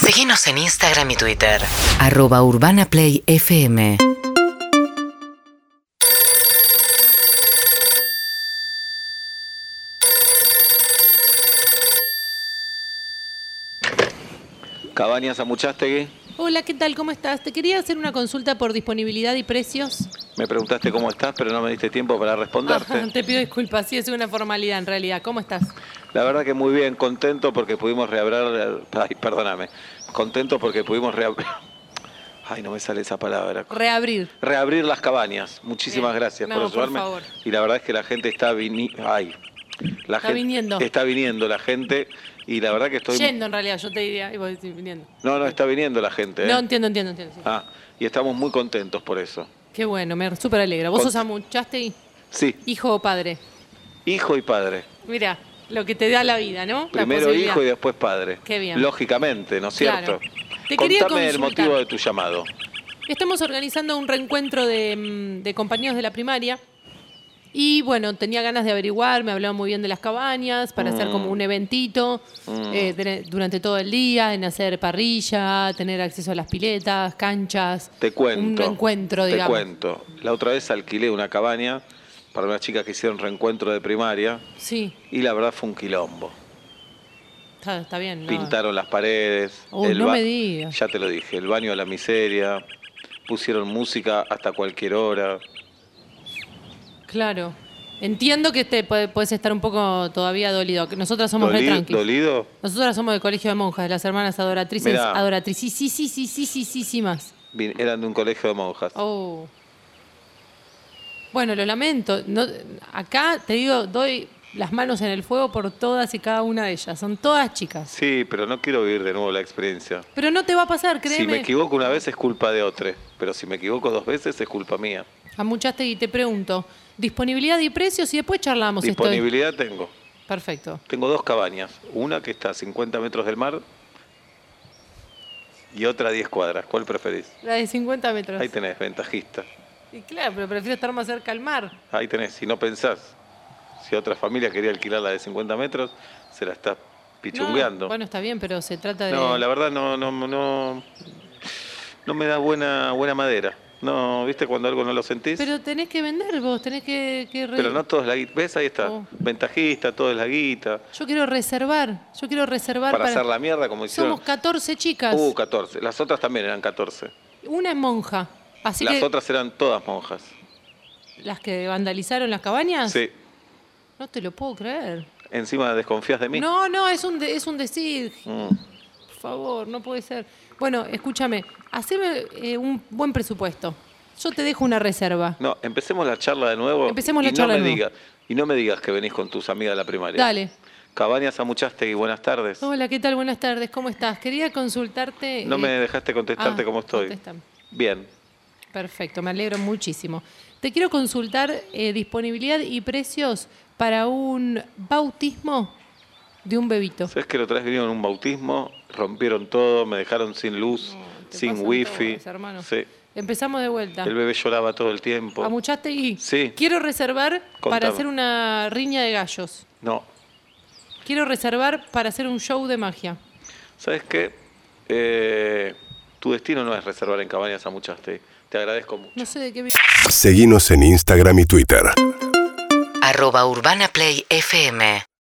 Seguinos en Instagram y Twitter. @urbanaplayfm. Cabañas Amuchastegui. Hola, ¿qué tal? ¿Cómo estás? Te quería hacer una consulta por disponibilidad y precios. Me preguntaste cómo estás, pero no me diste tiempo para responderte. Te pido disculpas, sí, es una formalidad en realidad. ¿Cómo estás? La verdad que muy bien, contento porque pudimos reabrir... Ay, perdóname. Contento porque pudimos reabrir... Ay, no me sale esa palabra. Reabrir. Reabrir las cabañas. Muchísimas Bien. gracias No, por ayudarme. por favor. Y la verdad es que la gente está viniendo... Ay. Viniendo. Está viniendo la gente y la verdad que estoy... Yendo en realidad, yo te diría, y vos decís viniendo. No, está viniendo la gente. No, entiendo, sí. Ah, y estamos muy contentos por eso. Qué bueno, me súper alegra. ¿Vos sos Amuchastegui? Sí, ¿Hijo o padre? hijo y padre. Mira, lo que te da la vida, ¿no? La Primero posibilidad. hijo y después padre. Qué bien. Lógicamente, ¿no es cierto? Claro. Te quería Contame el consultar. motivo de tu llamado. Estamos organizando un reencuentro de compañeros de la primaria. Y bueno, tenía ganas de averiguar, me hablaban muy bien de las cabañas, para hacer como un eventito durante todo el día, en hacer parrilla, tener acceso a las piletas, canchas. Te cuento. Un reencuentro, digamos. Te cuento. La otra vez alquilé una cabaña para unas chicas que hicieron reencuentro de primaria Sí, y la verdad fue un quilombo. está bien. ¿no? Pintaron las paredes. Uy, no me digas. Ya te lo dije, el baño a la miseria. Pusieron música hasta cualquier hora. Claro. Entiendo que puedes estar un poco todavía dolido. Que nosotras somos re tranquilos. ¿Dolido? Nosotras somos del colegio de monjas, de las hermanas adoratrices. Mirá. Adoratrices. Sí, más. Eran de un colegio de monjas. Oh. Bueno, lo lamento. No, acá te digo, doy las manos en el fuego por todas y cada una de ellas. Son todas chicas. Sí, pero no quiero vivir de nuevo la experiencia. Pero no te va a pasar, créeme. Si me equivoco una vez es culpa de otro, pero si me equivoco 2 veces es culpa mía. Amuchastegui, te pregunto, disponibilidad y precios y después charlamos. Disponibilidad tengo. Perfecto. Tengo 2 cabañas. Una que está a 50 metros del mar y otra a 10 cuadras. ¿Cuál preferís? La de 50 metros. Ahí tenés, ventajista. Y claro, pero prefiero estar más cerca al mar. Ahí tenés, si no pensás. Si otra familia quería alquilar la de 50 metros, se la está pichungueando. No, bueno, está bien, pero se trata de... No, la verdad no me da buena madera. No, ¿viste cuando algo no lo sentís? Pero tenés que vender vos, tenés que Pero no todo es la guita. ¿Ves? Ahí está. Oh. Ventajista, todo es la guita. Yo quiero reservar Para hacer la mierda como hicieron. Somos 14 chicas. 14. Las otras también eran 14. Una es monja. Así Las que otras eran todas monjas. las que vandalizaron las cabañas. Sí. No te lo puedo creer. Encima desconfías de mí. No, es un decir. Mm. Por favor, no puede ser. Bueno, escúchame, haceme un buen presupuesto. Yo te dejo una reserva. No, empecemos la charla de nuevo. Empecemos la charla de nuevo. Y no me digas que venís con tus amigas de la primaria. Dale. Cabañas Amuchastegui, buenas tardes. Hola, ¿qué tal? Buenas tardes, ¿cómo estás? Quería consultarte... No me dejaste contestarte cómo estoy. Contéstame. Bien. Perfecto, me alegro muchísimo. Te quiero consultar disponibilidad y precios para un bautismo de un bebito. ¿Sabes que la otra vez vinieron en un bautismo? Rompieron todo, me dejaron sin luz, Te sin pasan wifi. todas, hermano. Sí. Empezamos de vuelta. El bebé lloraba todo el tiempo. Amuchastegui. Sí. Quiero reservar Contame. para hacer una riña de gallos. No. Quiero reservar para hacer un show de magia. ¿Sabes qué? Tu destino no es reservar en Cabañas Amuchastegui. Te agradezco mucho. No sé de qué... Seguinos en Instagram y Twitter. @urbanaplayfm